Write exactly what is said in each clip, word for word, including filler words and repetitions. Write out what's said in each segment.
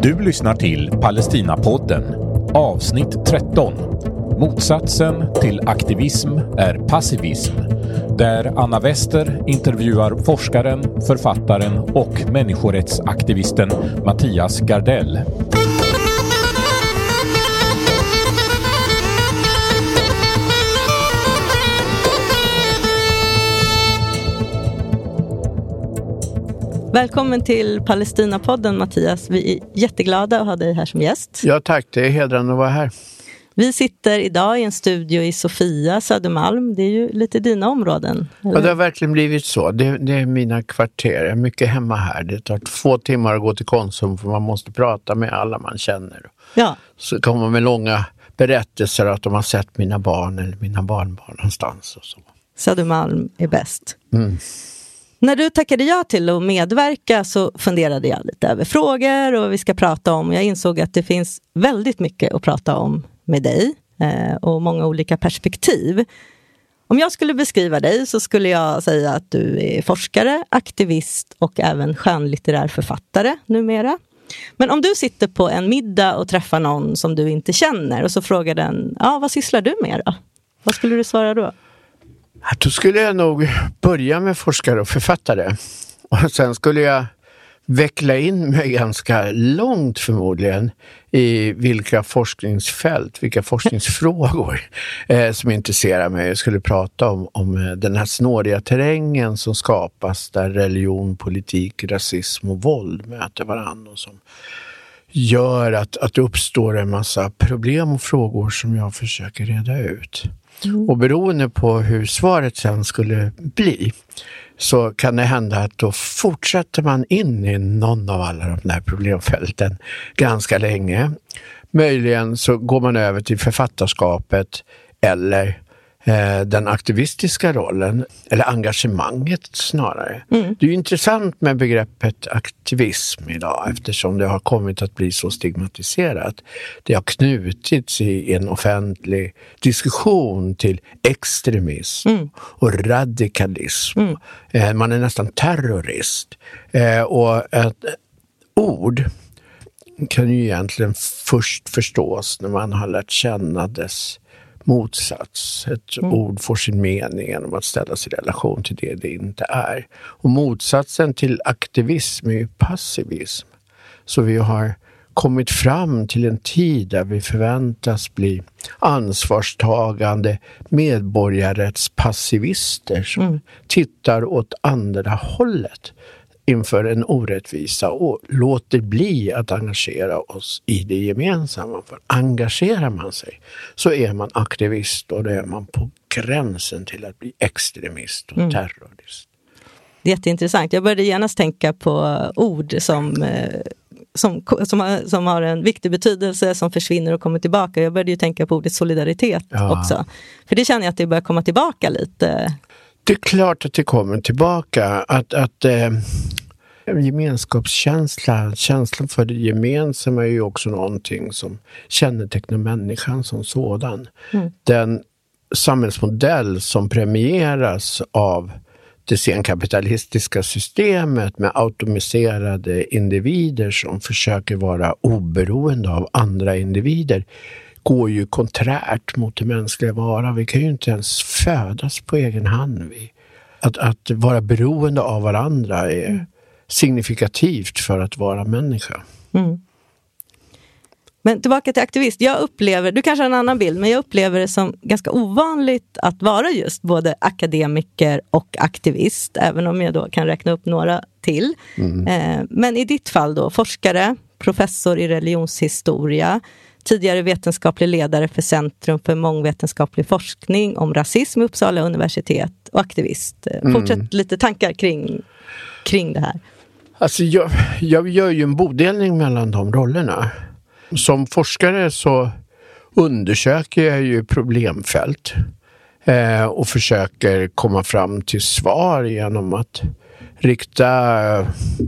Du lyssnar till Palestinapodden, avsnitt tretton. Motsatsen till aktivism är passivism, där Anna Wester intervjuar forskaren, författaren och människorättsaktivisten Mattias Gardell. Välkommen till Palestinapodden, Mattias. Vi är jätteglada att ha dig här som gäst. Ja, tack. Det är hedrande att vara här. Vi sitter idag i en studio i Sofia, Södermalm. Det är ju lite dina områden. Eller? Ja, det har verkligen blivit så. Det, det är mina kvarter. Jag är mycket hemma här. Det tar två timmar att gå till Konsum för man måste prata med alla man känner. Ja. Så kommer man med långa berättelser att de har sett mina barn eller mina barnbarn någonstans. Och så. Södermalm är bäst. Mm. När du tackade ja till att medverka så funderade jag lite över frågor och vad vi ska prata om. Jag insåg att det finns väldigt mycket att prata om med dig eh, och många olika perspektiv. Om jag skulle beskriva dig så skulle jag säga att du är forskare, aktivist och även skönlitterär författare numera. Men om du sitter på en middag och träffar någon som du inte känner och så frågar den, ja, vad sysslar du med då? Vad skulle du svara då? Då skulle jag nog börja med forskare och författare. Och sen skulle jag veckla in mig ganska långt förmodligen i vilka forskningsfält, vilka forskningsfrågor eh, som intresserar mig. Jag skulle prata om, om den här snåriga terrängen som skapas där religion, politik, rasism och våld möter varandra och som gör att, att det uppstår en massa problem och frågor som jag försöker reda ut. Mm. Och beroende på hur svaret sen skulle bli så kan det hända att då fortsätter man in i någon av alla de här problemfälten ganska länge. Möjligen så går man över till författarskapet eller eh, den aktivistiska rollen eller engagemanget snarare. Mm. Det är ju intressant med begreppet aktivism idag eftersom det har kommit att bli så stigmatiserat. Det har knutits i en offentlig diskussion till extremism mm. och radikalism. Mm. Eh, man är nästan terrorist. Eh, och ett ord kan ju egentligen först förstås när man har lärt känna dess motsats. Ett mm. ord får sin mening genom att ställas i relation till det det inte är. Och motsatsen till aktivism är ju passivism. Så vi har kommit fram till en tid där vi förväntas bli ansvarstagande medborgarrättspassivister som mm. tittar åt andra hållet inför en orättvisa och låter bli att engagera oss i det gemensamma. För engagerar man sig så är man aktivist och då är man på gränsen till att bli extremist och mm. terrorist. Det är jätteintressant. Jag började genast tänka på ord som, som, som, har, som har en viktig betydelse som försvinner och kommer tillbaka. Jag började ju tänka på ordet solidaritet ja. också. För det känner jag att det börjar komma tillbaka lite. Det är klart att det kommer tillbaka. Att, att eh, gemenskapskänsla, känslan för det gemensamma är ju också någonting som kännetecknar människan som sådan. Mm. Den samhällsmodell som premieras av det senkapitalistiska systemet med automiserade individer som försöker vara oberoende av andra individer går ju konträrt mot det mänskliga vara. Vi kan ju inte ens födas på egen hand. Vi. Att, att vara beroende av varandra är mm. signifikativt för att vara människa. Mm. Men tillbaka till aktivist. Jag upplever, du kanske har en annan bild, men jag upplever det som ganska ovanligt att vara just både akademiker och aktivist. Även om jag då kan räkna upp några till. Mm. Eh, men i ditt fall då, forskare, professor i religionshistoria, tidigare vetenskaplig ledare för Centrum för mångvetenskaplig forskning om rasism i Uppsala universitet och aktivist. Mm. Fortsätt lite tankar kring, kring det här. Alltså jag, jag gör ju en bodelning mellan de rollerna. Som forskare så undersöker jag ju problemfält eh, och försöker komma fram till svar genom att rikta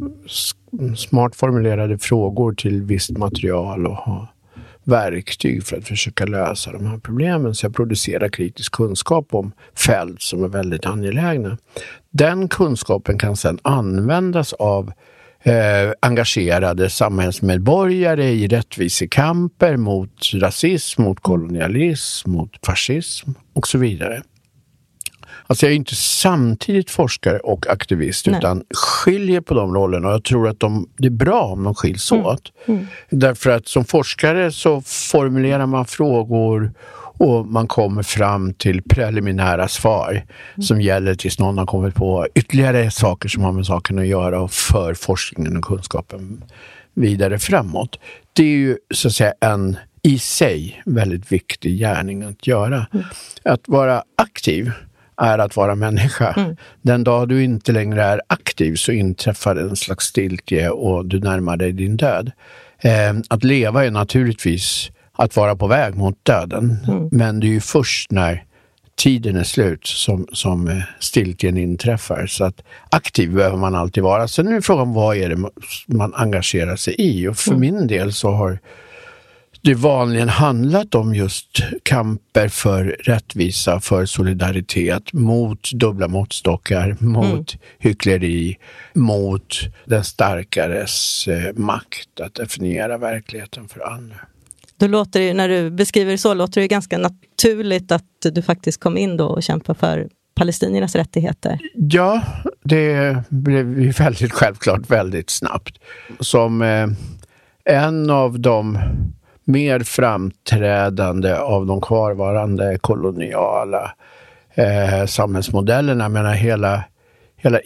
smart formulerade frågor till visst material och ha verktyg för att försöka lösa de här problemen. Så jag producerar kritisk kunskap om fält som är väldigt angelägna. Den kunskapen kan sedan användas av eh, engagerade samhällsmedborgare i rättvisekamper mot rasism, mot kolonialism, mot fascism och så vidare. Alltså jag är inte samtidigt forskare och aktivist. Nej. Utan skiljer på de rollerna, och jag tror att de, det är bra om de skiljs mm. åt. Mm. Därför att som forskare så formulerar man frågor och man kommer fram till preliminära svar mm. som gäller tills någon har kommit på ytterligare saker som har med saken att göra och för forskningen och kunskapen vidare framåt. Det är ju så att säga en i sig väldigt viktig gärning att göra. Mm. Att vara aktiv är att vara människa. Mm. Den dag du inte längre är aktiv så inträffar en slags stiltje och du närmar dig din död. Eh, att leva är naturligtvis att vara på väg mot döden. Mm. Men det är ju först när tiden är slut som, som stiltjen inträffar. Så att aktiv behöver man alltid vara. Sen är det frågan, vad är det man engagerar sig i? Och för mm. min del så har det vanligen handlat om just kamper för rättvisa, för solidaritet, mot dubbla måttstockar, mot mm. hyckleri, mot den starkares eh, makt att definiera verkligheten för andra. Då låter det, när du beskriver det så, låter det ganska naturligt att du faktiskt kom in då och kämpade för palestiniernas rättigheter. Ja, det blev väldigt självklart väldigt snabbt. Som eh, en av de mer framträdande av de kvarvarande koloniala eh, samhällsmodellerna. Jag menar, hela, hela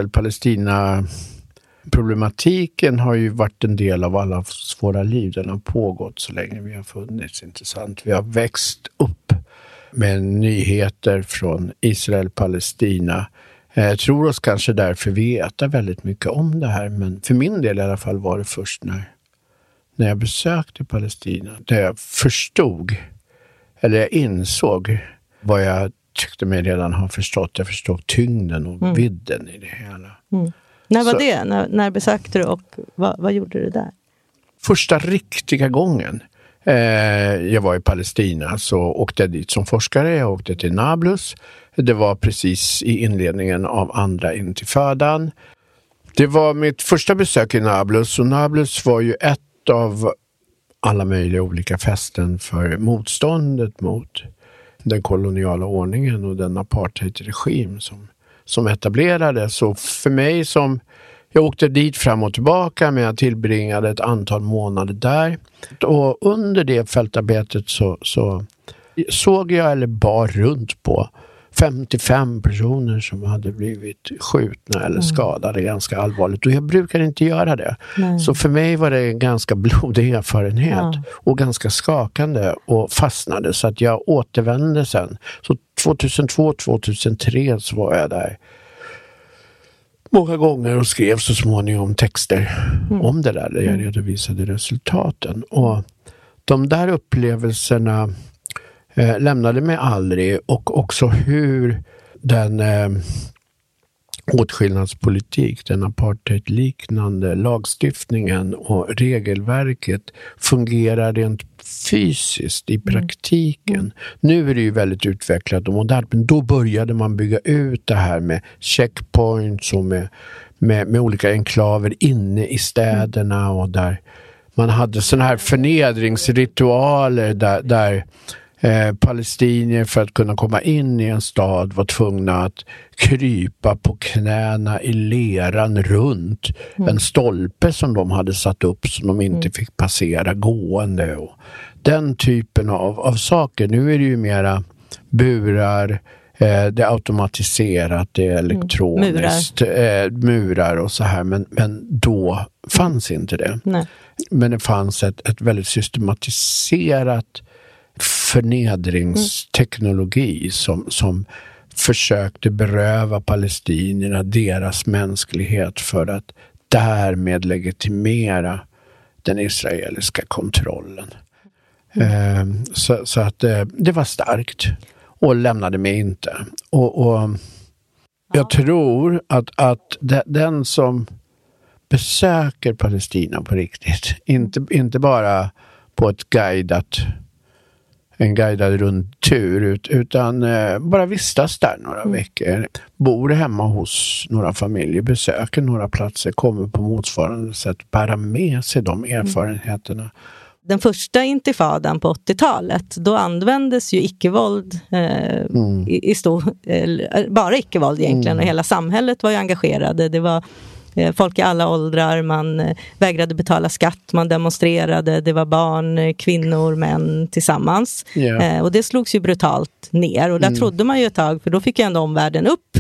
Israel-Palestina-problematiken har ju varit en del av alla våra liv. Den har pågått så länge vi har funnits, intressant. Vi har växt upp med nyheter från Israel-Palestina. Jag tror oss kanske därför veta väldigt mycket om det här, men för min del i alla fall var det först när När jag besökte Palestina, där jag förstod, eller jag insåg vad jag tyckte mig redan ha förstått. Jag förstod tyngden och mm. vidden i det hela. Mm. När var Så, det? När, när besökte du och vad, vad gjorde du där? Första riktiga gången eh, jag var i Palestina så åkte jag dit som forskare. Jag åkte till Nablus. Det var precis i inledningen av andra intifadan. Det var mitt första besök i Nablus, och Nablus var ju ett av alla möjliga olika fästen för motståndet mot den koloniala ordningen och den apartheidregim som, som etablerades. Så för mig som, jag åkte dit fram och tillbaka, men jag tillbringade ett antal månader där. Och under det fältarbetet så, så såg jag eller bar runt på femtiofem personer som hade blivit skjutna eller mm. skadade ganska allvarligt. Och jag brukar inte göra det. Nej. Så för mig var det en ganska blodig erfarenhet. Ja. Och ganska skakande och fastnade. Så att jag återvände sen. Så tjugohundratvå tjugohundratre så var jag där många gånger och skrev så småningom texter mm. om det där. Där jag redovisade resultaten. Och de där upplevelserna Eh, lämnade mig aldrig, och också hur den eh, åtskillnadspolitik, den apartheidliknande lagstiftningen och regelverket fungerar rent fysiskt i praktiken. Mm. Nu är det ju väldigt utvecklat och modernt, men då började man bygga ut det här med checkpoints och med, med, med olika enklaver inne i städerna, och där man hade såna här förnedringsritualer där, där Eh, palestinier för att kunna komma in i en stad var tvungna att krypa på knäna i leran runt mm. en stolpe som de hade satt upp som de inte mm. fick passera gående, och den typen av, av saker. Nu är det ju mera burar, eh, det är automatiserat, det är elektroniskt, mm. murar. Eh, murar och så här, men, men då fanns inte det. Nej. Men det fanns ett, ett väldigt systematiserat förnedringsteknologi mm. som, som försökte beröva palestinierna deras mänsklighet för att därmed legitimera den israeliska kontrollen. Mm. Eh, så, så att eh, det var starkt och lämnade mig inte. Och, och ja. jag tror att, att de, den som besöker Palestina på riktigt, inte, inte bara på ett guidat en guidad rundtur ut, utan eh, bara vistas där några mm. veckor. Bor hemma hos några familjer, besöker några platser, kommer på motsvarande sätt bära med sig de erfarenheterna. Mm. Den första intifadan på åttiotalet, då användes ju icke-våld eh, mm. i, i stor, eh, bara icke-våld egentligen, mm. och hela samhället var ju engagerade. Det var eh, folk i alla åldrar, man eh, vägrade betala skatt, man demonstrerade, det var barn, eh, kvinnor, män tillsammans. Yeah. Eh, och det slogs ju brutalt ner, och där mm. trodde man ju ett tag, för då fick ju ändå omvärlden upp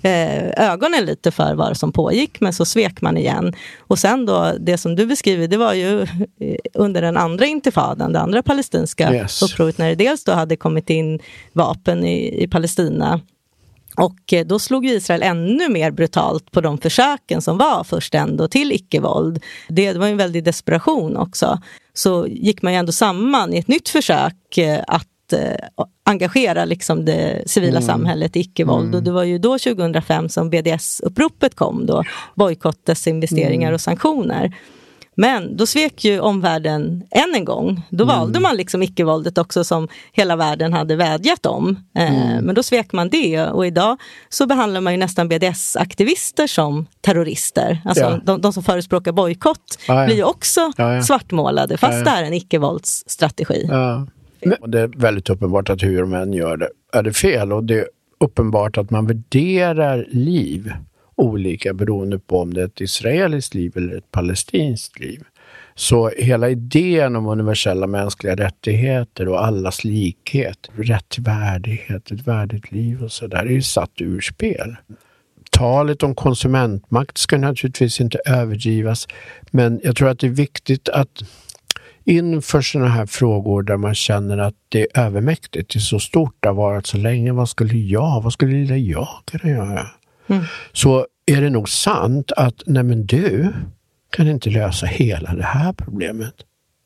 ögonen lite för vad som pågick, men så svek man igen. Och sen då, det som du beskriver, det var ju under den andra intifadan, det andra palestinska yes. upproret, när det dels då hade kommit in vapen i, i Palestina. Och då slog Israel ännu mer brutalt på de försöken som var först ändå till icke-våld. Det var en väldig desperation också. Så gick man ju ändå samman i ett nytt försök att engagera liksom det civila mm. samhället i icke-våld. Mm. Och det var ju då tjugohundrafem som B D S-uppropet kom då. Bojkottes, investeringar mm. och sanktioner. Men då svek ju omvärlden än en gång. Då mm. valde man liksom icke-våldet också, som hela världen hade vädjat om. Mm. Eh, men då svek man det. Och idag så behandlar man ju nästan B D S-aktivister som terrorister. Alltså ja. de, de som förespråkar bojkott ja, ja. blir ju också ja, ja. svartmålade. Fast ja, ja. det är en icke-våldsstrategi. Ja. Men det är väldigt uppenbart att hur de än gör det är det fel, och det är uppenbart att man värderar liv olika beroende på om det är ett israeliskt liv eller ett palestinskt liv. Så hela idén om universella mänskliga rättigheter och allas likhet, rätt till värdighet, ett värdigt liv och sådär, är ju satt ur spel. Talet om konsumentmakt ska naturligtvis inte överdrivas, men jag tror att det är viktigt att inför sådana här frågor där man känner att det är övermäktigt, det är så stort, det har varit så länge, vad skulle jag, vad skulle lilla jag kunna göra? Mm. Så är det nog sant att nej men du kan inte lösa hela det här problemet.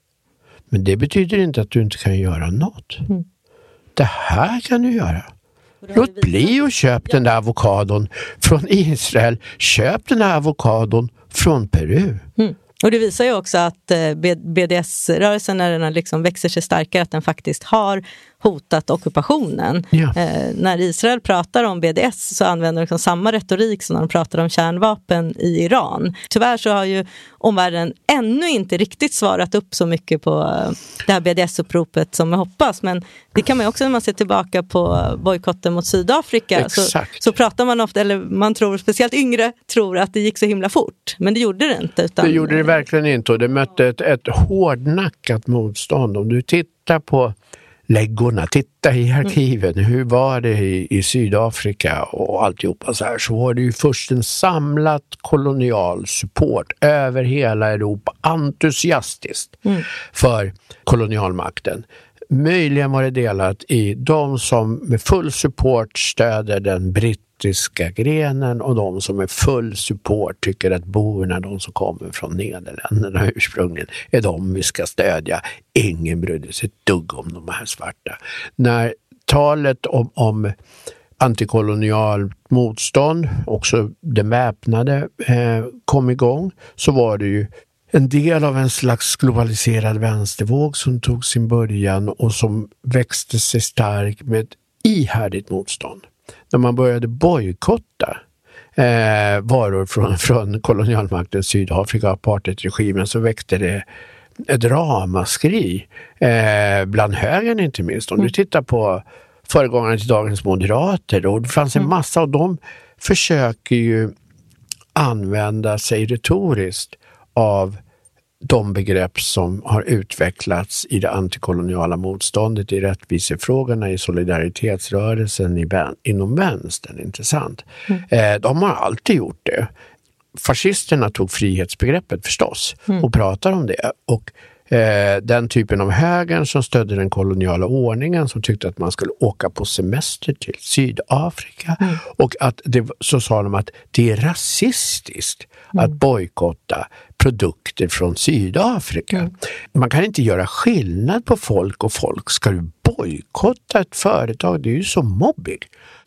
Men det betyder inte att du inte kan göra något. Mm. Det här kan du göra. Låt bli och köp den där avokadon från Israel. Köp den där avokadon från Peru. Mm. Och det visar ju också att B D S-rörelsen, när den liksom växer sig starkare, att den faktiskt har hotat ockupationen. Ja. Eh, när Israel pratar om B D S så använder de liksom samma retorik som när de pratar om kärnvapen i Iran. Tyvärr så har ju omvärlden ännu inte riktigt svarat upp så mycket på det här B D S-uppropet som jag hoppas. Men det kan man ju också, när man ser tillbaka på bojkotten mot Sydafrika, så, så pratar man ofta, eller man tror, speciellt yngre tror att det gick så himla fort. Men det gjorde det inte. Utan, det gjorde det verkligen inte, och det mötte ett, ett hårdnackat motstånd. Om du tittar på läggorna, titta i arkiven, mm. hur var det i, i Sydafrika och alltihopa så här, så var det ju först en samlad kolonial support över hela Europa, entusiastiskt mm. för kolonialmakten. Möjligen var det delat i de som med full support stöder den brittiska grenen, och de som med full support tycker att boerna, de som kommer från Nederländerna ursprungligen, är de vi ska stödja. Ingen brydde sig ett dugg om de här svarta. När talet om, om antikolonialt motstånd, också den väpnade, eh, kom igång, så var det ju en del av en slags globaliserad vänstervåg som tog sin början och som växte sig stark med ett ihärdigt motstånd. När man började bojkotta eh, varor från, från kolonialmakten Sydafrika, apartheidregimen, så väckte det ett ramaskri eh, bland högern inte minst. Om du tittar på föregångarna till dagens moderater, då, det fanns en massa av dem försöker ju använda sig retoriskt av de begrepp som har utvecklats i det antikoloniala motståndet, i rättvisefrågorna, i solidaritetsrörelsen, i vän, inom vänstern, intressant. Mm. Eh, de har alltid gjort det. Fascisterna tog frihetsbegreppet förstås mm. och pratar om det, och eh, den typen av högern som stödde den koloniala ordningen, som tyckte att man skulle åka på semester till Sydafrika mm. och att det, så sa de att det är rasistiskt mm. att bojkotta produkter från Sydafrika. Mm. Man kan inte göra skillnad på folk och folk. Ska du bojkotta ett företag? Det är ju så mobbig.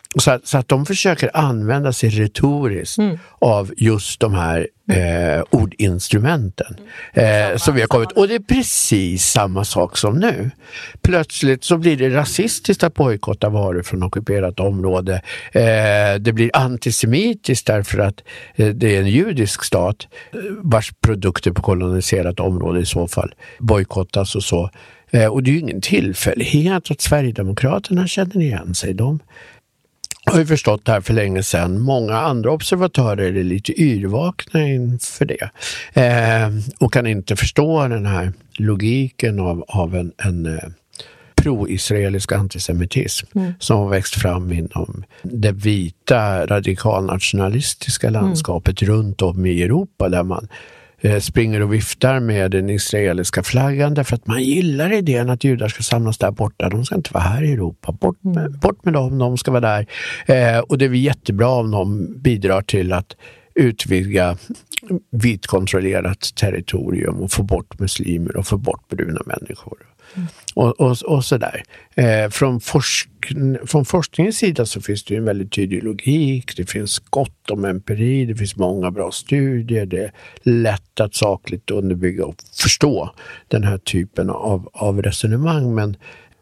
Så att, så att de försöker använda sig retoriskt mm. av just de här eh, ordinstrumenten eh, som vi har kommit. Och det är precis samma sak som nu. Plötsligt så blir det rasistiskt att bojkotta varor från ockuperat område. Eh, det blir antisemitiskt därför att eh, det är en judisk stat vars produkter på koloniserat område i så fall bojkottas och så. Eh, och det är ju ingen tillfällighet att Sverigedemokraterna känner igen sig. De Jag har ju förstått det här för länge sedan. Många andra observatörer är lite yrvakna inför det. Eh, och kan inte förstå den här logiken av, av en, en eh, pro-israelisk antisemitism mm. som har växt fram inom det vita radikalnationalistiska landskapet mm. runt om i Europa, där man springer och viftar med den israeliska flaggan därför att man gillar idén att judar ska samlas där borta. De ska inte vara här i Europa. Bort med, mm. bort med dem, de ska vara där. Eh, och det är jättebra om de bidrar till att utvidga vitkontrollerat territorium och få bort muslimer och få bort bruna människor. Mm. Och, och, och sådär. Eh, från, forsk, från forskningens sida så finns det ju en väldigt tydlig logik. Det finns gott om empiri. Det finns många bra studier. Det är lätt att sakligt underbygga och förstå den här typen av, av resonemang. Men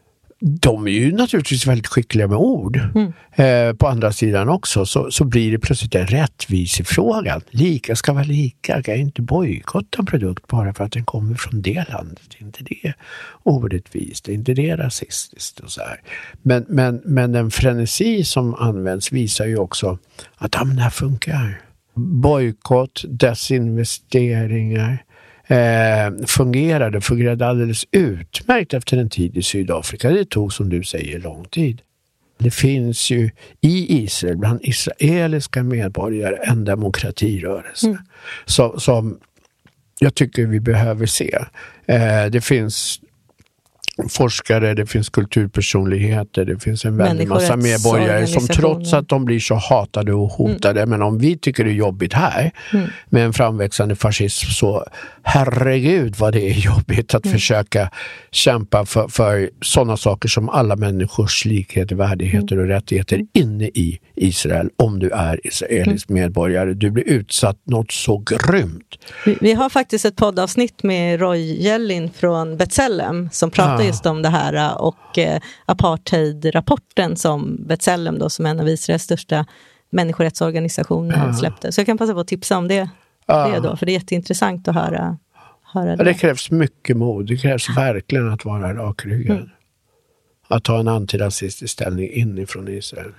de är ju naturligtvis väldigt skickliga med ord. Mm. Eh, på andra sidan också så, så blir det plötsligt en rättvis fråga. Lika ska vara lika. Jag kan inte bojkotta en produkt bara för att den kommer från det landet. Det är inte det orättvist. Det är inte det rasistiskt och så här. Men, men, men den frenesi som används visar ju också att ja, men det här funkar. Bojkott, desinvesteringar Eh, fungerade, fungerade alldeles utmärkt efter en tid i Sydafrika. Det tog, som du säger, lång tid. Det finns ju i Israel, bland israeliska medborgare, en demokratirörelse mm. som, som jag tycker vi behöver se. Eh, det finns forskare, det finns kulturpersonligheter, det finns en väldig massa medborgare som trots att de blir så hatade och hotade, mm. men om vi tycker det är jobbigt här mm. med en framväxande fascism, så herregud vad det är jobbigt att mm. försöka kämpa för, för sådana saker som alla människors likhet, värdigheter mm. och rättigheter inne i Israel. Om du är israelisk mm. medborgare, du blir utsatt något så grymt. Vi, vi har faktiskt ett poddavsnitt med Roy Jellin från B'Tselem som pratar ja. just om det här och eh, apartheid-rapporten som B'Tselem då, som en av Israels största människorättsorganisationer ja. släppte. Så jag kan passa på att tipsa om det, ja. det då, för det är jätteintressant att höra, höra det. Ja, det krävs mycket mod. Det krävs verkligen att vara rakryggad. Mm. Att ta en antirasistisk ställning inifrån Israel.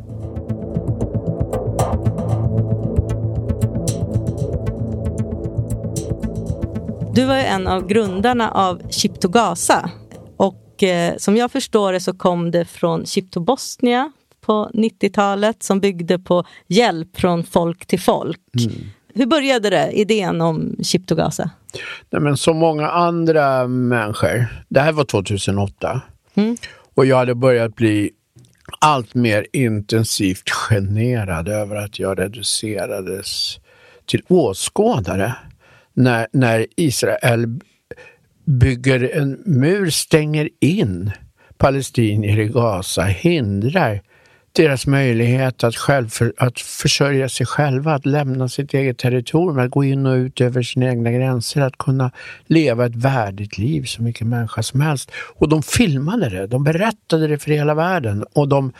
Du var ju en av grundarna av Ship to Gaza. Och eh, som jag förstår det så kom det från Ship to Bosnia på nittiotalet som byggde på hjälp från folk till folk. Mm. Hur började det, idén om Ship to Gaza? Nej, men så många andra människor. Det här var tjugohundraåtta. Mm. Och jag hade börjat bli allt mer intensivt generad över att jag reducerades till åskådare. När, när Israel bygger en mur, stänger in palestinier i Gaza, hindrar deras möjlighet att, själv för, att försörja sig själva, att lämna sitt eget territorium, att gå in och ut över sina egna gränser, att kunna leva ett värdigt liv så mycket människa som helst. Och de filmade det, de berättade det för hela världen och de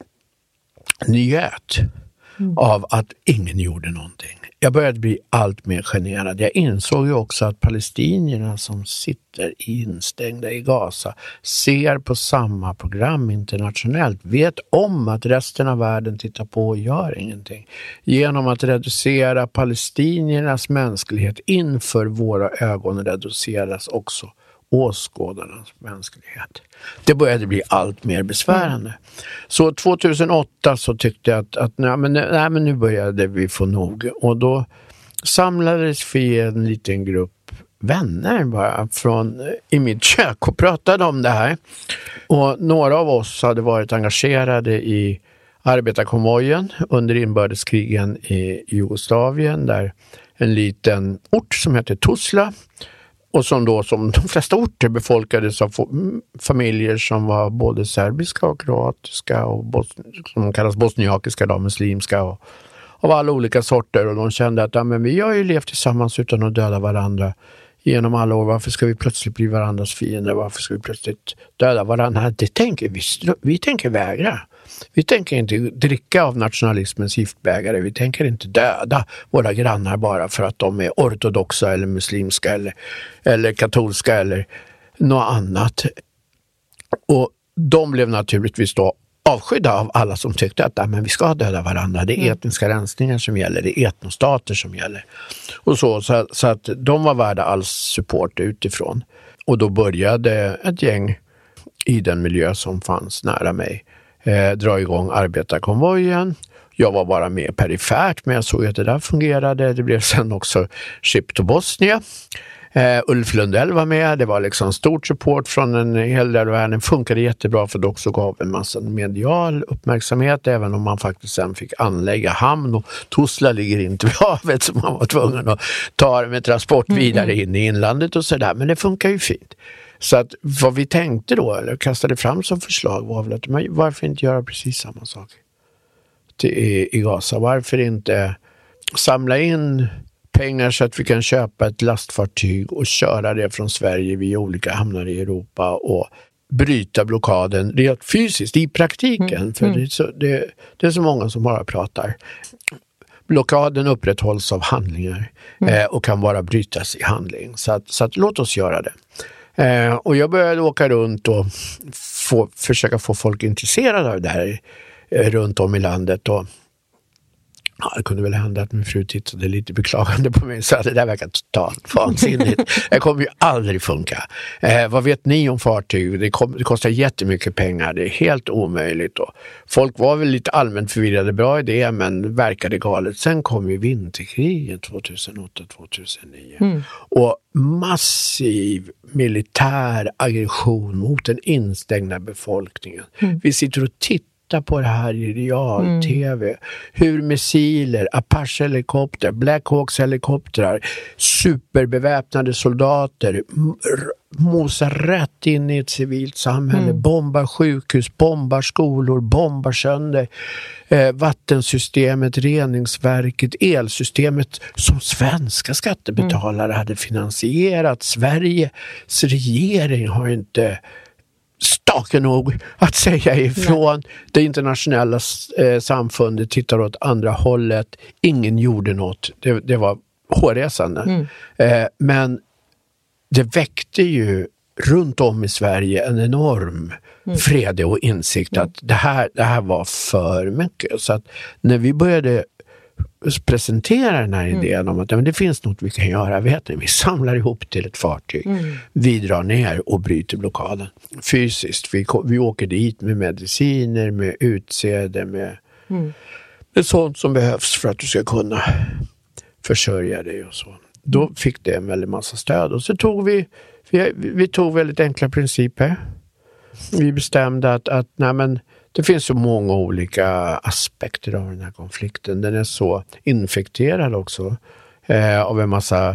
njöt mm. av att ingen gjorde någonting. Jag började bli allt mer generad. Jag insåg ju också att palestinierna som sitter instängda i Gaza ser på samma program internationellt, vet om att resten av världen tittar på och gör ingenting. Genom att reducera palestiniernas mänsklighet inför våra ögon reduceras också åskådarnas mänsklighet. Det började bli allt mer besvärande. Så tjugohundraåtta så tyckte jag att, att nej, men, nej, men nu började vi få nog. Och då samlades vi en liten grupp vänner bara från, i mitt kök och pratade om det här. Och några av oss hade varit engagerade i arbetarkonvojen under inbördeskrigen i Jugoslavien, där en liten ort som heter Tuzla Och som då som de flesta orter befolkades av familjer som var både serbiska och kroatiska och bos- som kallas bosniakiska, då, muslimska och av alla olika sorter. Och de kände att ja, men vi har ju levt tillsammans utan att döda varandra genom alla år. Varför ska vi plötsligt bli varandras fiender? Varför ska vi plötsligt döda varandra? Det tänker vi, vi tänker vägra. Vi tänker inte dricka av nationalismens giftbägare. Vi tänker inte döda våra grannar bara för att de är ortodoxa eller muslimska eller, eller katolska eller något annat. Och de blev naturligtvis då avskydda av alla som tyckte att men vi ska döda varandra. Det är mm. etniska rensningar som gäller. Det är etnostater som gäller. Och så, så, så att de var värda all support utifrån. Och då började ett gäng i den miljö som fanns nära mig eh, dra igång arbetarkonvojen. Jag var bara med perifert, men jag såg att det där fungerade. Det blev sen också Ship to Bosnia. Uh, Ulf Lundell var med, det var liksom stort support från en hel del av världen. Funkade jättebra för det också gav en massa medial uppmärksamhet, även om man faktiskt sen fick anlägga hamn och Tuzla ligger inte vid havet så man var tvungen att ta det med transport vidare in i inlandet och sådär, men det funkar ju fint. Så att vad vi tänkte då, eller kastade fram som förslag var väl att man, varför inte göra precis samma sak till, i, i Gaza? Varför inte samla in pengar så att vi kan köpa ett lastfartyg och köra det från Sverige via olika hamnar i Europa och bryta blockaden rent fysiskt i praktiken. Mm. För det är, så, det, det är så många som bara pratar. Blockaden upprätthålls av handlingar mm. eh, och kan bara brytas i handling. Så, att, så att, låt oss göra det. Eh, och jag började åka runt och få, försöka få folk intresserade av det här eh, runt om i landet. Och ja, det kunde väl hända att min fru tittade lite beklagande på mig och sa att det där verkar totalt vansinnigt. Det kommer ju aldrig funka. Eh, vad vet ni om fartyg? Det, kom, det kostar jättemycket pengar. Det är helt omöjligt. Och folk var väl lite allmänt förvirrade. Bra idé, men verkade galet. Sen kom ju vinterkriget tjugohundraåtta tjugohundranio. Mm. Och massiv militär aggression mot den instängda befolkningen. Mm. Vi sitter och tittar på det här i real-tv. Mm. Hur missiler, Apache-helikopter, Black Hawks-helikoptrar, superbeväpnade soldater mosar rätt in i ett civilt samhälle, mm. bombar sjukhus, bombar skolor, bombar sönder eh, vattensystemet, reningsverket, elsystemet som svenska skattebetalare mm. hade finansierat. Sveriges regering har inte staken nog att säga ifrån. Nej. Det internationella eh, samfundet tittar åt andra hållet. Ingen gjorde något. Det, det var hårresande. Mm. Eh, men det väckte ju runt om i Sverige en enorm mm. fred och insikt att det här, det här var för mycket. Så att när vi började presentera den här idén mm. om att ja, men det finns något vi kan göra, vet ni, vi samlar ihop till ett fartyg, mm. vi drar ner och bryter blockaden fysiskt, vi, vi åker dit med mediciner, med utsäde, med, mm. med sånt som behövs för att du ska kunna försörja dig och så. Då fick det en väldigt massa stöd och så tog vi vi, vi tog väldigt enkla principer. Vi bestämde att, att nej men det finns så många olika aspekter av den här konflikten. Den är så infekterad också eh, av en massa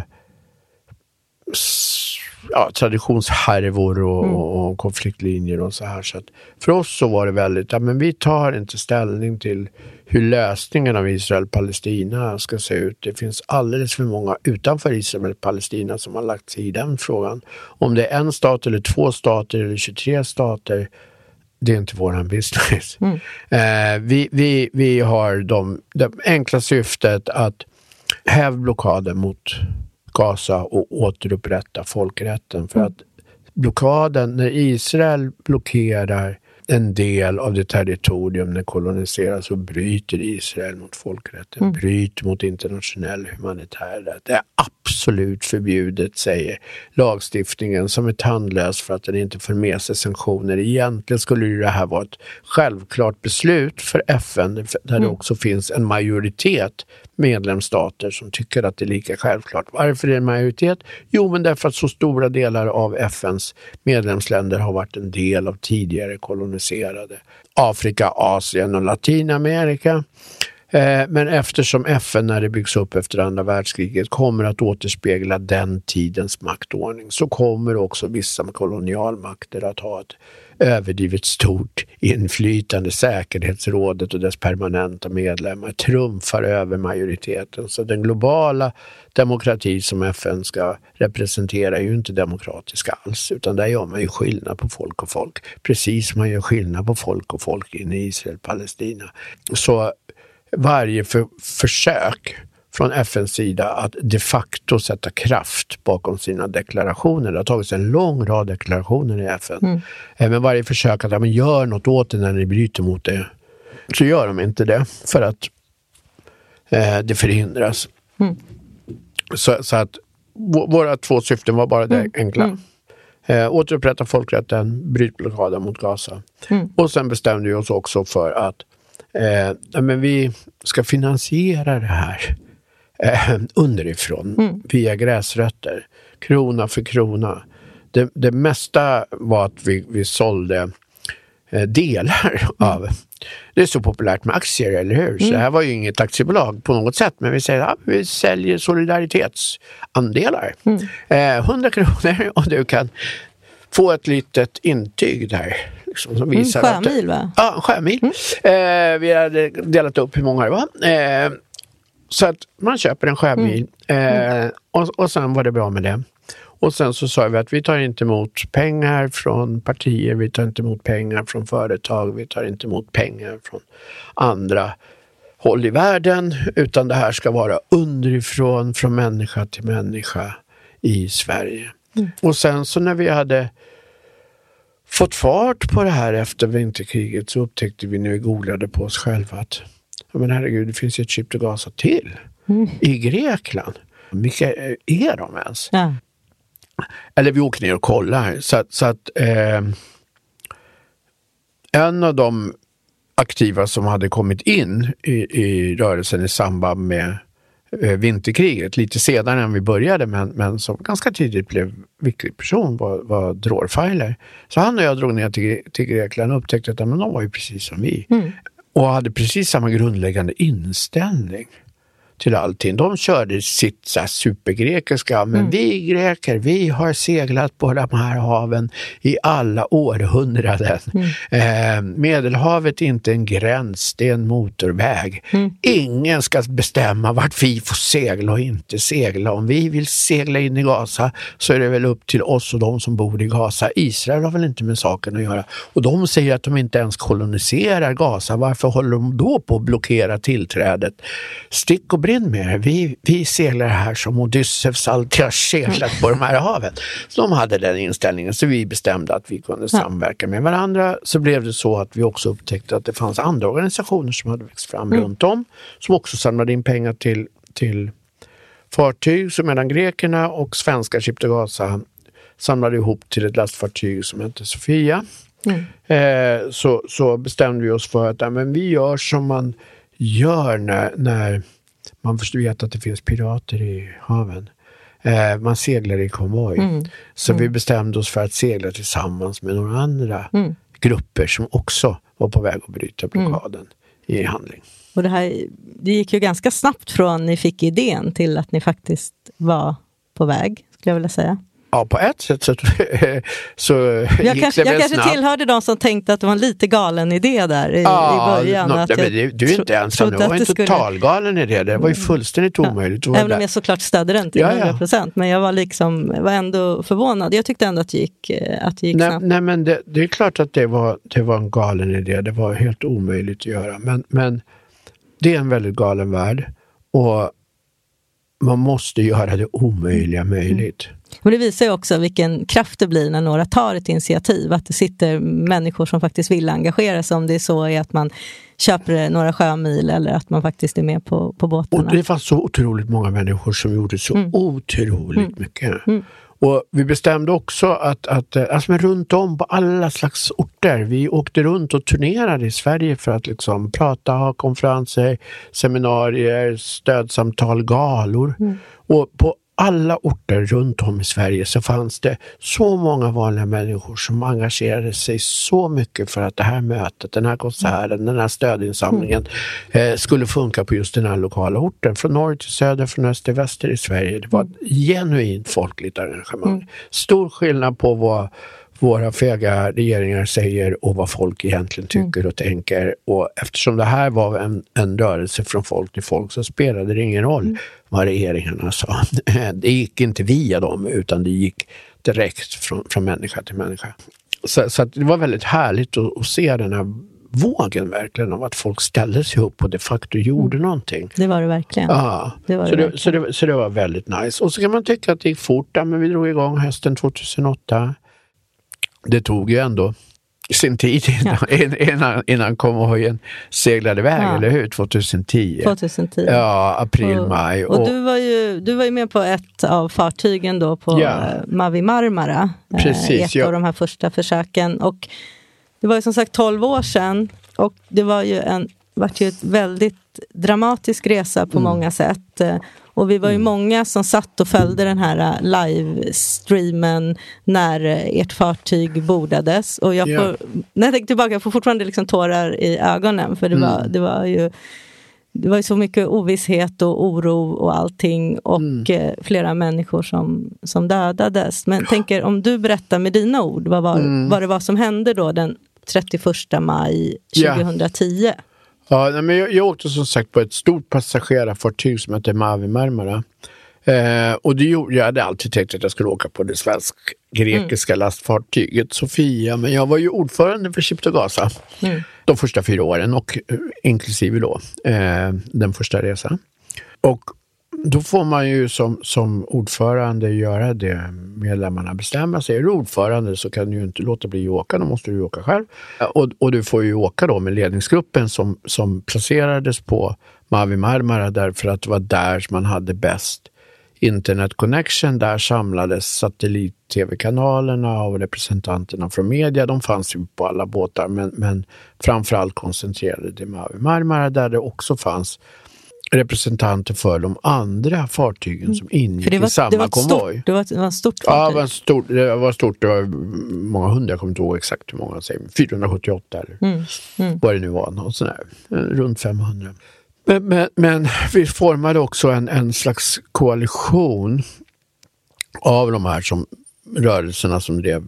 ja, traditionshärvor och, mm. och konfliktlinjer och så här. Så att för oss så var det väldigt, ja men vi tar inte ställning till hur lösningen av Israel-Palestina ska se ut. Det finns alldeles för många utanför Israel-Palestina som har lagt sig i den frågan. Om det är en stat eller två stater eller tjugotre stater, det är inte våran business. Mm. Eh, vi, vi, vi har de, det enkla syftet att häva blockaden mot Gaza och återupprätta folkrätten. För mm. att blockaden, när Israel blockerar en del av det territorium när koloniseras och bryter Israel mot folkrätten, mm. bryter mot internationell humanitär rätt. Det är absolut förbjudet, säger lagstiftningen, som är tandlös för att den inte får med sig sanktioner. Egentligen skulle ju det här vara ett självklart beslut för F N, där mm. det också finns en majoritet medlemsstater som tycker att det är lika självklart. Varför är det en majoritet? Jo, men därför att så stora delar av F N:s medlemsländer har varit en del av tidigare koloniserade Afrika, Asien och Latinamerika. Eh, men eftersom F N när det byggs upp efter andra världskriget kommer att återspegla den tidens maktordning, så kommer också vissa kolonialmakter att ha ett överdrivet stort inflytande. Säkerhetsrådet och dess permanenta medlemmar trumfar över majoriteten. Så den globala demokrati som F N ska representera är ju inte demokratisk alls, utan där gör man ju skillnad på folk och folk. Precis som man gör skillnad på folk och folk inne i Israel och Palestina. Så varje för, försök från F N:s sida att de facto sätta kraft bakom sina deklarationer. Det har tagits en lång rad deklarationer i F N. Mm. Men varje försök att ja, men gör något åt det när ni bryter mot det, så gör de inte det för att eh, det förhindras. Mm. Så, så att v- våra två syften var bara det mm. enkla. Mm. Eh, återupprätta folkrätten, bryt blockaden mot Gaza. Mm. Och sen bestämde vi oss också för att eh, men vi ska finansiera det här Eh, underifrån, mm. via gräsrötter, krona för krona. Det, det mesta var att vi, vi sålde eh, delar mm. av. Det är så populärt med aktier, eller hur? Mm. Så det här var ju inget aktiebolag på något sätt, men vi säger att ja, vi säljer solidaritetsandelar. Mm. Eh, hundra kronor och du kan få ett litet intyg där. Liksom, som visar mm, sjömil, att, va? Ja, en sjömil. Mm. Eh, vi hade delat upp hur många det var. Eh, Så att man köper en sjömil mm. eh, och, och sen var det bra med det. Och sen så sa vi att vi tar inte emot pengar från partier, vi tar inte emot pengar från företag, vi tar inte emot pengar från andra håll i världen, utan det här ska vara underifrån, från människa till människa i Sverige. Mm. Och sen så när vi hade fått fart på det här efter vinterkriget, så upptäckte vi när vi googlade på oss själva att men herregud, det finns ju ett Ship to Gaza till mm. i Grekland. Vilka är de ens? Ja. Eller vi åker ner och kollar. Så, så att eh, en av de aktiva som hade kommit in i, i rörelsen i samband med eh, vinterkriget, lite senare än vi började, men, men som ganska tidigt blev viktig person, var, var Dror Feiler. Så han och jag drog ner till, till Grekland och upptäckte att men de var ju precis som vi. Mm. Och hade precis samma grundläggande inställning till allting. De körde sitt så här supergrekiska, men mm. vi greker, vi har seglat på de här haven i alla århundraden. Mm. Eh, Medelhavet är inte en gräns, det är en motorväg. Mm. Ingen ska bestämma vart vi får segla och inte segla. Om vi vill segla in i Gaza så är det väl upp till oss och de som bor i Gaza. Israel har väl inte med saken att göra. Och de säger att de inte ens koloniserar Gaza. Varför håller de då på att blockera tillträdet? Stick och brinn med. Vi, vi seglar här som Odysseus alltid har seglat på de här haven. Så de hade den inställningen, så vi bestämde att vi kunde samverka med varandra. Så blev det så att vi också upptäckte att det fanns andra organisationer som hade växt fram mm. runt om, som också samlade in pengar till, till fartyg, så medan grekerna och svenska Ship to Gaza samlade ihop till ett lastfartyg som hette Sofia. Mm. Eh, så, så bestämde vi oss för att ja, men vi gör som man gör när, när man förstår vet att det finns pirater i haven. Eh, man seglar i konvoj. Mm. Så mm. vi bestämde oss för att segla tillsammans med några andra mm. grupper som också var på väg att bryta blockaden mm. i handling. Och det här det gick ju ganska snabbt från ni fick idén till att ni faktiskt var på väg, skulle jag vilja säga. Ja, på ett sätt så, så jag gick kanske, det väl Jag kanske snabbt. Tillhörde de som tänkte att det var en lite galen idé där i, ja, i början. No, att nej, jag du, du är inte ensam, det var en totalgalen idé. Det var ju fullständigt omöjligt. Ja, även om jag såklart stödde den till ja, hundra procent. Ja. Men jag var, liksom, var ändå förvånad. Jag tyckte ändå att det gick, att det gick nej, snabbt. Nej, men det, det är klart att det var, det var en galen idé. Det var helt omöjligt att göra. Men, men det är en väldigt galen värld. Och man måste göra det omöjliga möjligt. Mm. Och det visar ju också vilken kraft det blir när några tar ett initiativ. Att det sitter människor som faktiskt vill engagera sig, om det är så är att man köper några sjömil eller att man faktiskt är med på, på båtarna. Och det fanns så otroligt många människor som gjorde så mm. otroligt mm. mycket. Mm. Och vi bestämde också att, att alltså men runt om på alla slags orter, vi åkte runt och turnerade i Sverige för att liksom prata, ha konferenser, seminarier, stödsamtal, galor. Mm. Och på alla orter runt om i Sverige så fanns det så många vanliga människor som engagerade sig så mycket för att det här mötet, den här konserten, den här stödinsamlingen mm. eh, skulle funka på just den här lokala orten. Från norr till söder, från öster till väster i Sverige. Det var ett genuint folkligt engagemang. Mm. Stor skillnad på vad våra fega regeringar säger och vad folk egentligen tycker mm. och tänker. Och eftersom det här var en, en rörelse från folk till folk så spelade det ingen roll mm. vad regeringarna sa. Det gick inte via dem utan det gick direkt från, från människa till människa. Så, så att det var väldigt härligt att, att se den här vågen verkligen av att folk ställde sig upp och de facto gjorde mm. någonting. Det var det verkligen. Ja, det var så, det det, verkligen. Så, det, så det var väldigt nice. Och så kan man tycka att det gick fort, ja, men vi drog igång hösten tjugohundraåtta. Det tog ju ändå sin tid innan, ja. innan, innan konvojen seglade iväg, ja. eller hur? tjugohundratio. tjugohundratio. Ja, april, och, maj. Och, och du, var ju, du var ju med på ett av fartygen då på ja. Mavi Marmara. Precis, ett ja. av de här första försöken. Och det var ju som sagt tolv år sedan. Och det var ju en, var ju ett väldigt dramatisk resa på mm. många sätt. Och vi var ju mm. många som satt och följde den här livestreamen när ert fartyg bordades. Och jag får, yeah. när jag tänker tillbaka, jag får fortfarande liksom tårar i ögonen. För det, mm. var, det, var ju, det var ju så mycket ovisshet och oro och allting. Och mm. flera människor som, som dödades. Men tänker, om du berättar med dina ord, vad, var, mm. vad det var som hände då den trettioförsta maj tjugohundratio? Yeah. Ja, men jag, jag åkte som sagt på ett stort passagerarfartyg som heter Mavi Marmara. Eh, och det gjorde, jag hade alltid tänkt att jag skulle åka på det svensk-grekiska mm. lastfartyget Sofia. Men jag var ju ordförande för Ship to Gaza mm. de första fyra åren och inklusive då eh, den första resan. Och då får man ju som, som ordförande göra det medlemmarna bestämmer sig. Är du ordförande så kan du ju inte låta bli att åka, då måste du åka själv. Och, och du får ju åka då med ledningsgruppen som, som placerades på Mavi Marmara därför att det var där man hade bäst internet connection. Där samlades satellit-tv-kanalerna och representanterna från media. De fanns ju på alla båtar men, men framförallt koncentrerade det Mavi Marmara där det också fanns representanter för de andra fartygen som ingick var, i samma konvoj. Det var ett, det var ett stort fartyg. Ja, det var stort. Det var stort. Det var många hundra, jag kommer inte ihåg exakt hur många, fyrahundrasjuttioåtta eller mm, mm. vad det nu var. Något sådär. Runt femhundra. Men, men, men vi formade också en, en slags koalition av de här som rörelserna som drev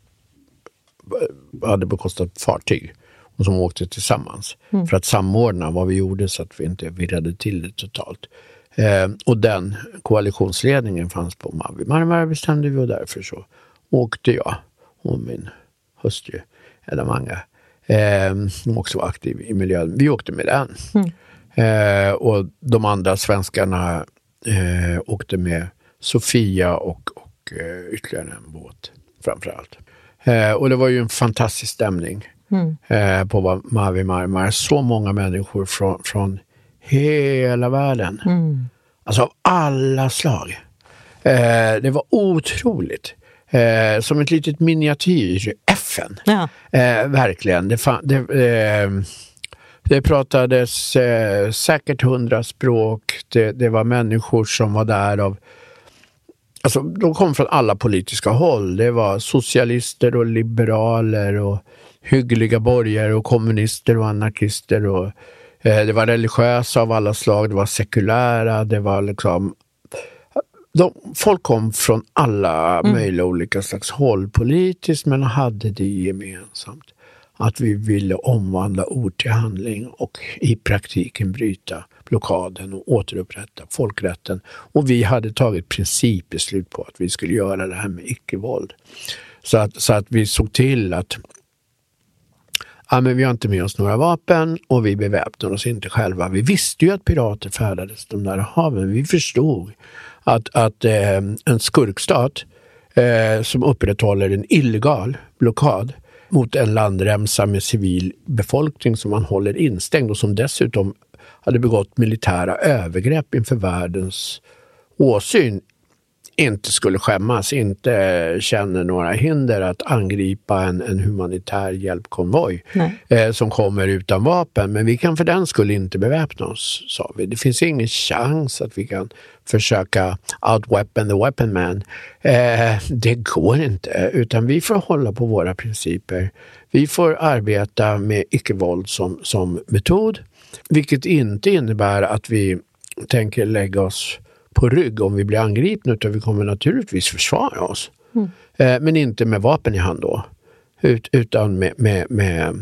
hade bekostat fartyg. Och som åkte tillsammans mm. för att samordna vad vi gjorde så att vi inte virrade till det totalt. Eh, och den koalitionsledningen fanns på Mavi Marmara bestämde vi och därför så åkte jag och min hustru Edda Manga. Eh, de också var aktiv i miljön. Vi åkte med den. Mm. Eh, och de andra svenskarna eh, åkte med Sofia och, och eh, ytterligare en båt framförallt. Eh, och det var ju en fantastisk stämning. Mm. Eh, på Mavi Marmara. Så många människor från, från hela världen. Mm. Alltså av alla slag. Eh, det var otroligt. Eh, som ett litet miniatyr F N. Ja. Eh, verkligen. Det, fa- det, eh, det pratades eh, säkert hundra språk. Det, det var människor som var där av alltså de kom från alla politiska håll. Det var socialister och liberaler och hyggliga borgare och kommunister och anarkister och eh, det var religiösa av alla slag, det var sekulära, det var liksom de, folk kom från alla mm. möjliga olika slags håll politiskt men hade det gemensamt att vi ville omvandla ord till handling och i praktiken bryta blockaden och återupprätta folkrätten och vi hade tagit principbeslut på att vi skulle göra det här med icke-våld så att, så att vi såg till att ja, men vi har inte med oss några vapen och vi beväpnar oss inte själva. Vi visste ju att pirater färdades de där haven. Vi förstod att, att eh, en skurkstat eh, som upprätthåller en illegal blockad mot en landremsa med civil befolkning som man håller instängd och som dessutom hade begått militära övergrepp inför världens åsyn inte skulle skämmas, inte känner några hinder att angripa en, en humanitär hjälpkonvoj eh, som kommer utan vapen. Men vi kan för den skulle inte beväpna oss, sa vi. Det finns ingen chans att vi kan försöka outweapon the weapon man. Eh, det går inte, utan vi får hålla på våra principer. Vi får arbeta med icke-våld som, som metod, vilket inte innebär att vi tänker lägga oss på rygg om vi blir angripna, utan vi kommer naturligtvis försvara oss. Mm. Eh, men inte med vapen i hand då, ut, utan med, med, med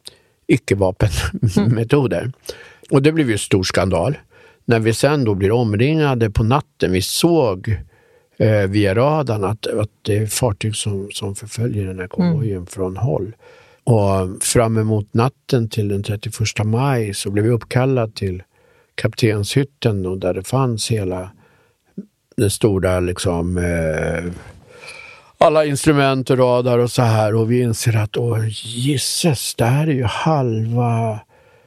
icke-vapenmetoder. Mm. Och det blev ju stor skandal. När vi sen då blir omringade på natten, vi såg eh, via radarn att, att det är fartyg som, som förföljer den här konvojen mm. från håll. Och fram emot natten till den trettioförsta maj så blev vi uppkallad till kaptenshytten, och där det fanns hela den stora liksom eh, alla instrument och radar och så här, och vi inser att åh gisses, det här är ju halva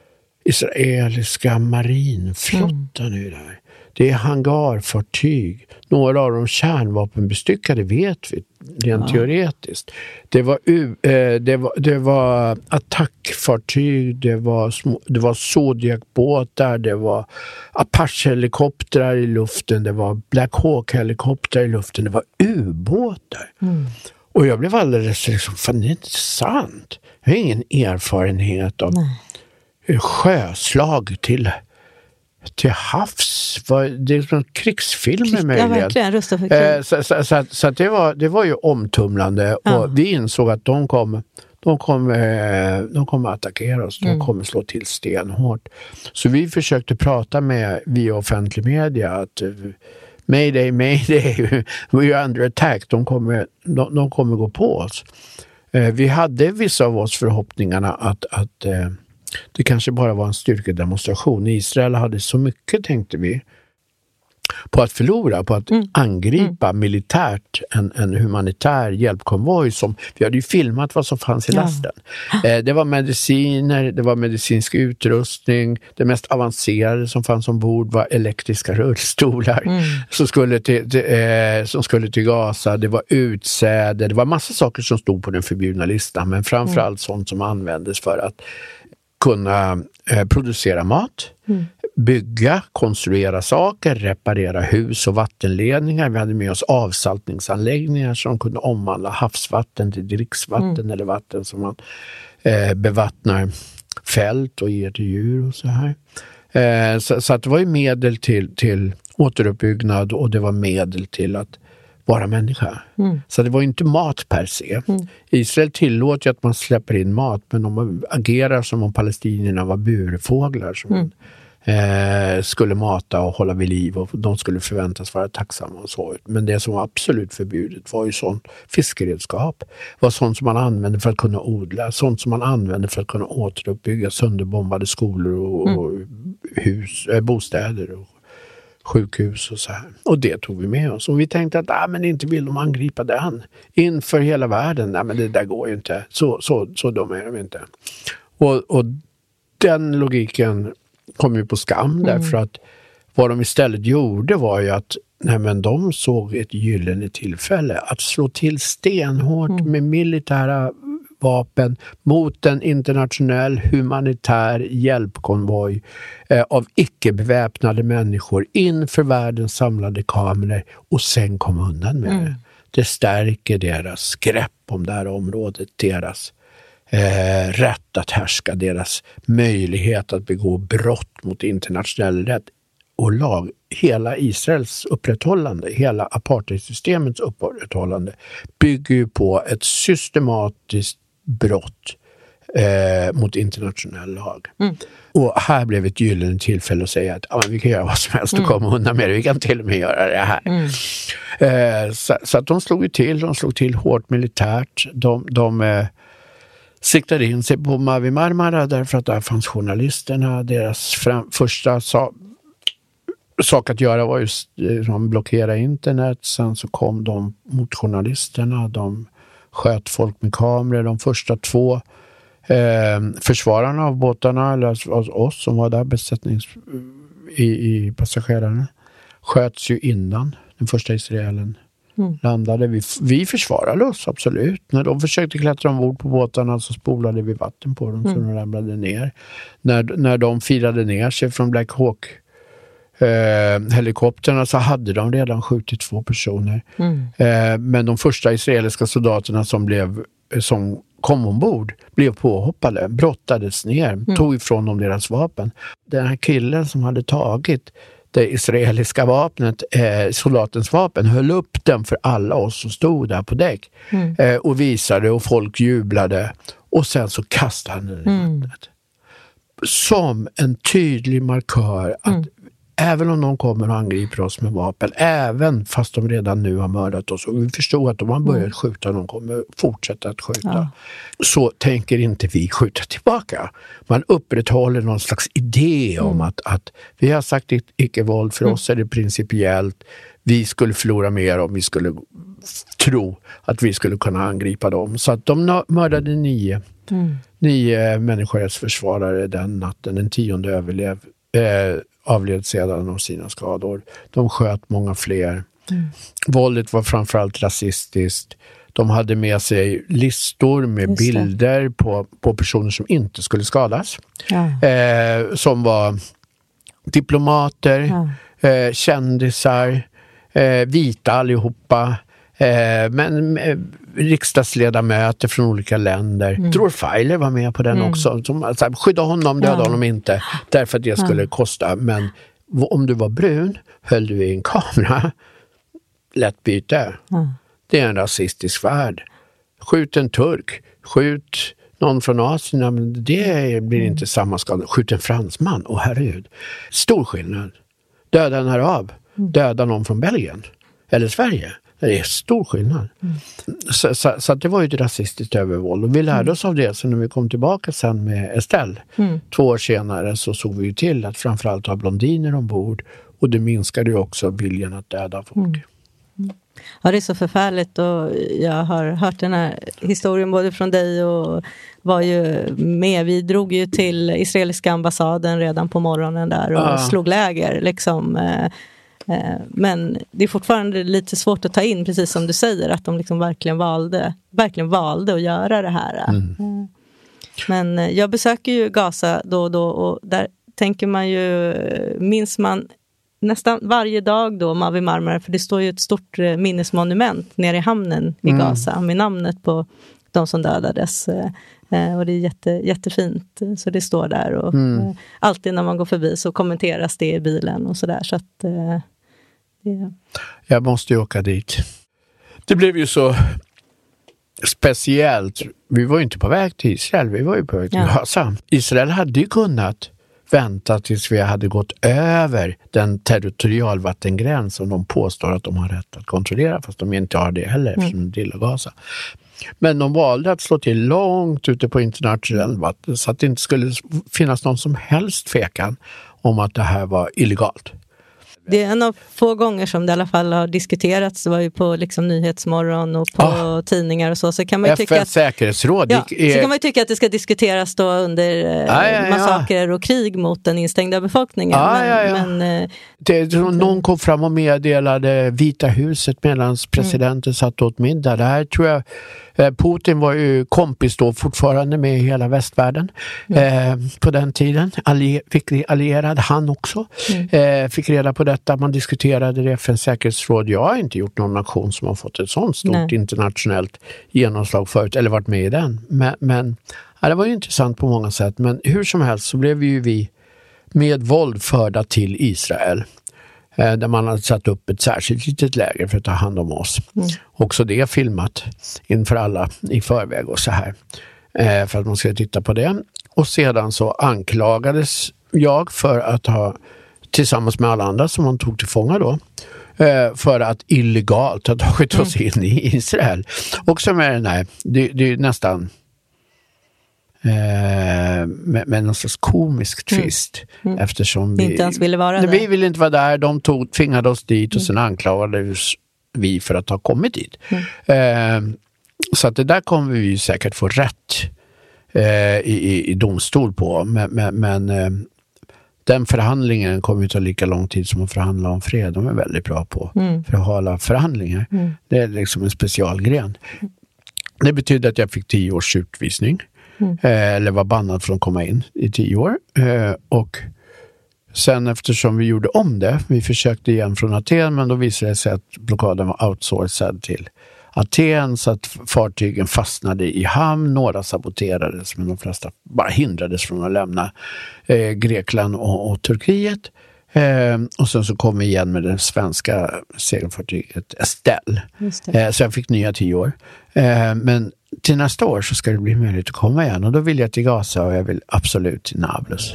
israeliska marinflottan mm. nu där. Det är hangarfartyg. Några av dem kärnvapenbestyckade vet vi rent ja. teoretiskt. Det var, eh, det var, det var attackfartyg, det var, små, det var Zodiac-båtar, det var Apache-helikoptrar i luften, det var Black Hawk-helikoptrar i luften, det var ubåtar. Mm. Och jag blev alldeles liksom, fan det är inte sant. Jag har ingen erfarenhet av Nej. sjöslag till till havs. Det är som krigsfilmer möjligen. Ja, verkligen. Rusta för krig. Eh, så så, så, så det, var, det var ju omtumlande. Ja. Och vi insåg att de kommer de kom, eh, de kommer attackera oss. De mm. kommer slå till stenhårt. Så vi försökte prata med via offentlig media att mayday, mayday, we are under attack. De kommer, de, de kommer gå på oss. Eh, vi hade vissa av oss förhoppningarna att, att eh, det kanske bara var en styrkedemonstration. Israel hade så mycket, tänkte vi, på att förlora, på att mm. angripa mm. militärt en, en humanitär hjälpkonvoj som, vi hade ju filmat vad som fanns i ja. lasten. Eh, det var mediciner, det var medicinsk utrustning, det mest avancerade som fanns ombord var elektriska rullstolar mm. som, skulle till, till, eh, som skulle till Gaza, det var utsäde, det var massa saker som stod på den förbjudna listan, men framförallt mm. sånt som användes för att kunna eh, producera mat, mm. bygga, konstruera saker, reparera hus och vattenledningar. Vi hade med oss avsaltningsanläggningar som kunde omvandla havsvatten till dricksvatten mm. eller vatten som man eh, bevattnar fält och ger till djur och så här. Eh, så, så att det var ju medel till, till återuppbyggnad, och det var medel till att vara människa. Mm. Så det var inte mat per se. Mm. Israel tillåter ju att man släpper in mat, men de agerar som om palestinierna var burfåglar som mm. eh, skulle mata och hålla vid liv, och de skulle förväntas vara tacksamma och så. Men det som var absolut förbjudet var ju sånt fiskeredskap, var sånt som man använde för att kunna odla, sånt som man använde för att kunna återuppbygga sönderbombade skolor och, mm. och hus, äh, bostäder och sjukhus och så här. Och det tog vi med oss. Och vi tänkte att ah, men inte vill de angripa den inför hela världen. Nej, men det där går ju inte. Så, så, så dum är de inte. Och, och den logiken kom ju på skam mm. därför att vad de istället gjorde var ju att nej, men de såg ett gyllene tillfälle att slå till stenhårt mm. med militära vapen mot en internationell humanitär hjälpkonvoj eh, av icke-beväpnade människor inför världens samlade kameror, och sen komma undan med mm. det. Det stärker deras grepp om det här området, deras eh, rätt att härska, deras möjlighet att begå brott mot internationell rätt och lag. Hela Israels upprätthållande, hela apartheidsystemets upprätthållande bygger ju på ett systematiskt brott eh, mot internationell lag. Mm. Och här blev ett gyllene tillfälle att säga att ah, vi kan göra vad som helst och mm. komma undan med det. Vi kan till och med göra det här. Mm. Eh, så, så att de slog ju till, de slog till hårt militärt. De, de eh, siktade in sig på Mavi Marmara därför att där fanns journalisterna. Deras fram, första sa, sak att göra var just att blockera internet. Sen så kom de mot journalisterna. De sköt folk med kameror. De första två eh, försvararna av båtarna, eller alltså oss som var där, besättnings i, i passagerarna, sköts ju innan den första israelen mm. landade. Vi, vi försvarade oss absolut. När de försökte klättra ombord på båtarna så spolade vi vatten på dem mm. så de ramlade ner. När, när de firade ner sig från Black Hawk eh, helikopterna så hade de redan skjutit två personer. Mm. Eh, men de första israeliska soldaterna som blev som kom ombord blev påhoppade, brottades ner, mm. tog ifrån dem deras vapen. Den här killen som hade tagit det israeliska vapnet, eh, soldatens vapen, höll upp den för alla oss som stod där på däck mm. eh, och visade och folk jublade och sen så kastade han den i mm. vattnet. Som en tydlig markör att mm. även om någon kommer och angriper oss med vapen, även fast de redan nu har mördat oss och vi förstod att om man börjar skjuta, de kommer fortsätta att skjuta. Ja. Så tänker inte vi skjuta tillbaka. Man upprätthåller någon slags idé mm. om att, att vi har sagt icke-våld, för mm. oss är det principiellt. Vi skulle förlora mer om vi skulle tro att vi skulle kunna angripa dem. Så att de mördade nio, mm. nio människorättsförsvarare den natten. Den tionde överlev, eh, avled sedan av sina skador. De sköt många fler. Mm. Våldet var framförallt rasistiskt. De hade med sig listor med bilder på, på personer som inte skulle skadas. Ja. Eh, som var diplomater, ja. eh, kändisar, eh, vita allihopa. Eh, men eh, riksdagsledamöter från olika länder. Mm. Dror Feiler var med på den mm. också. Som, alltså, skydda honom, döda ja. honom inte. Därför att det skulle ja. kosta. Men om du var brun, höll du i en kamera. Lätt byte. Ja. Det är en rasistisk värld. Skjut en turk. Skjut någon från Asien. Men det blir inte mm. samma skada. Skjut en fransman. Åh herregud. Stor skillnad. Döda en arab. Mm. Döda någon från Belgien. Eller Sverige. Det är stor skillnad. Mm. Så, så, så att det var ju ett rasistiskt övervåld. Och vi lärde mm. oss av det. Så när vi kom tillbaka sen med Estelle, mm. två år senare, så såg vi ju till att framförallt ha blondiner ombord. Och det minskade ju också viljan att döda folk. Mm. Mm. Ja, det är så förfärligt. Och jag har hört den här historien både från dig och var ju med. Vi drog ju till israeliska ambassaden redan på morgonen där och ah. slog läger liksom. Eh, Men det är fortfarande lite svårt att ta in, precis som du säger, att de liksom verkligen valde, verkligen valde att göra det här. Mm. Men jag besöker ju Gaza då och då och där tänker man ju, minns man nästan varje dag då Mavi Marmara, för det står ju ett stort minnesmonument nere i hamnen i mm. Gaza med namnet på de som dödades. Och det är jätte, jättefint, så det står där och mm. alltid när man går förbi så kommenteras det i bilen och sådär, så att Yeah. Jag måste ju åka dit. Det blev ju så speciellt. Vi var ju inte på väg till Israel. Vi var ju på väg till Gaza. Ja. Israel hade ju kunnat vänta tills vi hade gått över den territorialvattengräns som de påstår att de har rätt att kontrollera. Fast de inte har det heller mm. eftersom de gillar Gaza. Men de valde att slå till långt ute på internationellt vatten. Så att det inte skulle finnas någon som helst tvekan om att det här var illegalt. Det är en av få gånger som det i alla fall har diskuterats. Det var ju på liksom Nyhetsmorgon och på oh. tidningar och så. Så kan man ju F N:s tycka att, säkerhetsråd. Ja, är... Så kan man ju tycka att det ska diskuteras då under ja, ja, ja. massakrer och krig mot den instängda befolkningen. Ja, men, ja, ja. Men, det, någon kom fram och meddelade Vita huset medan presidenten mm. satt åt middag. Det här tror jag, Putin var ju kompis då fortfarande med hela västvärlden mm. eh, på den tiden. Allier, fick allierad han också. Mm. Eh, fick reda på detta. Man diskuterade det i F N:s säkerhetsråd. Jag har inte gjort någon nation som har fått ett sånt stort Nej. internationellt genomslag förut. Eller varit med i den. Men, men ja, det var ju intressant på många sätt. Men hur som helst så blev ju vi med våld förda till Israel. Där man hade satt upp ett särskilt litet läger för att ta hand om oss. Mm. Också det filmat inför alla i förväg och så här. Eh, för att man skulle titta på det. Och sedan så anklagades jag för att ha, tillsammans med alla andra som man tog till fånga då, eh, för att illegalt ha tagit oss in i Israel. Och som är nej, det, det är nästan... Eh, med, med någon slags komisk twist mm. Mm. eftersom vi inte ens ville vara där. Vi ville inte vara där, de tog, tvingade oss dit och mm. sen anklagades vi för att ha kommit dit. Mm. Eh, så att det där kommer vi säkert få rätt eh, i, i domstol på, men, men, men eh, den förhandlingen kommer att ta lika lång tid som att förhandla om fred. De är väldigt bra på mm. förhala förhandlingar. Mm. Det är liksom en specialgren. Mm. Det betyder att jag fick tio års utvisning. Mm. Eh, eller var bannad från att komma in i tio år. Eh, och sen eftersom vi gjorde om det, vi försökte igen från Aten, men då visade det sig att blockaden var outsourcad till Aten, så att fartygen fastnade i hamn, några saboterades, men de flesta bara hindrades från att lämna eh, Grekland och, och Turkiet. Eh, och sen så kom vi igen med det svenska segelfartyget Estelle. Eh, så jag fick nya tio år. Eh, men till nästa år så ska det bli möjligt att komma igen, och då vill jag till Gaza och jag vill absolut till Nablus.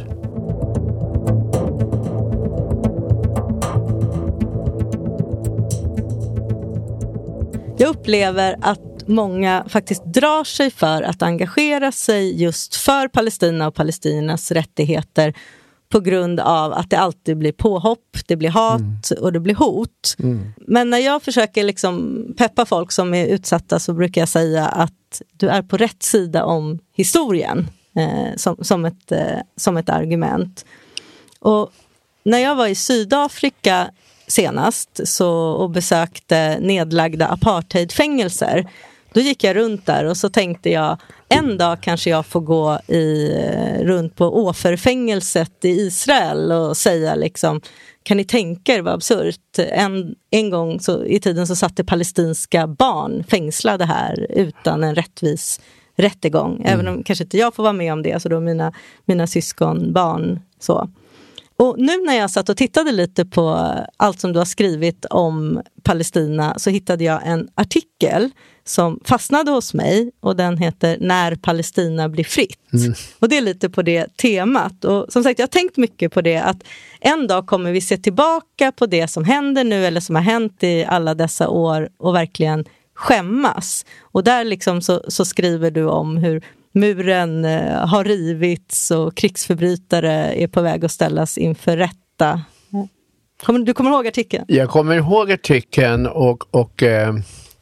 Jag upplever att många faktiskt drar sig för att engagera sig just för Palestina och palestiniernas rättigheter på grund av att det alltid blir påhopp, det blir hat mm. och det blir hot. Mm. Men när jag försöker liksom peppa folk som är utsatta, så brukar jag säga att du är på rätt sida om historien eh, som, som, ett, eh, som ett argument. Och när jag var i Sydafrika senast så, och besökte nedlagda apartheidfängelser, då gick jag runt där och så tänkte jag, en dag kanske jag får gå i, runt på Oferfängelset i Israel och säga liksom, kan ni tänka er vad absurt? En, en gång så, i tiden så satt det palestinska barn fängslade här utan en rättvis rättegång. Mm. Även om kanske inte jag får vara med om det, alltså då mina, mina syskon, barn, så. Och nu när jag satt och tittade lite på allt som du har skrivit om Palestina, så hittade jag en artikel som fastnade hos mig, och den heter När Palestina blir fritt. Mm. Och det är lite på det temat. Och som sagt, jag har tänkt mycket på det, att en dag kommer vi se tillbaka på det som händer nu, eller som har hänt i alla dessa år, och verkligen skämmas. Och där liksom så, så skriver du om hur muren eh, har rivits och krigsförbrytare är på väg att ställas inför rätta. Kommer, du kommer ihåg artikeln? Jag kommer ihåg artikeln, och, och eh,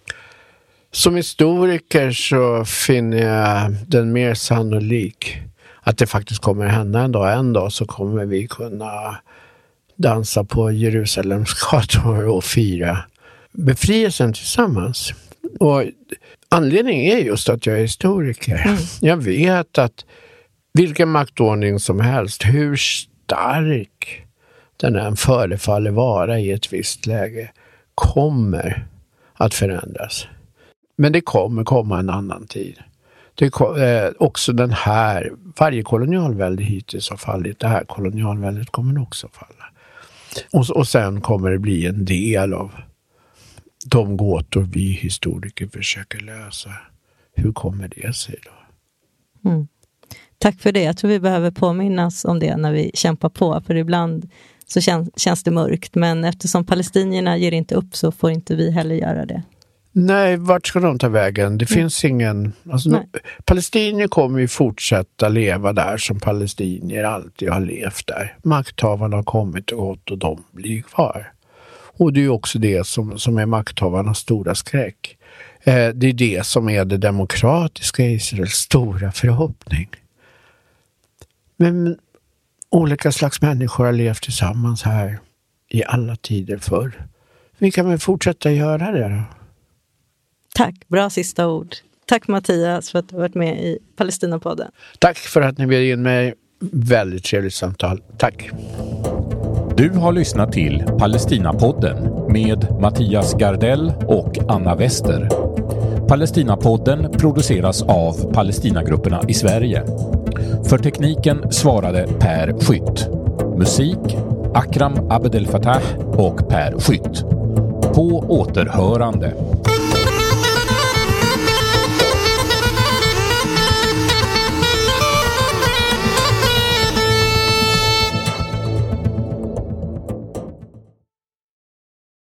som historiker så finner jag den mer sannolik att det faktiskt kommer hända en dag. En dag så kommer vi kunna dansa på Jerusalems gator och fira befrielsen tillsammans. Och anledningen är just att jag är historiker. Mm. Jag vet att vilken maktordning som helst, hur stark den än förefaller vara i ett visst läge, kommer att förändras. Men det kommer komma en annan tid. Det eh, också den här, varje kolonialvälde hittills har fallit, det här kolonialväldet kommer också falla. Och, och sen kommer det bli en del av de gåtor vi historiker försöker lösa. Hur kommer det sig då? Mm. Tack för det. Jag tror vi behöver påminnas om det när vi kämpar på. För ibland så känns, känns det mörkt. Men eftersom palestinierna ger inte upp, så får inte vi heller göra det. Nej, vart ska de ta vägen? Det mm. finns ingen... Alltså, no, palestinier kommer ju fortsätta leva där som palestinier alltid har levt där. Makthavarna har kommit och gått, och de blir kvar. Och det är ju också det som, som är makthavarnas stora skräck. Eh, det är det som är det demokratiska Israels stora förhoppning. Men olika slags människor har levt tillsammans här i alla tider förr. Vi kan väl fortsätta göra det då? Tack, bra sista ord. Tack Mattias för att du har varit med i Palestinapodden. Tack för att ni bjöd in mig. Väldigt trevligt samtal. Tack. Du har lyssnat till Palestinapodden med Mattias Gardell och Anna Wester. Palestinapodden produceras av Palestinagrupperna i Sverige. För tekniken svarade Per Skytt. Musik Akram Abdel Fattah och Per Skytt. På återhörande.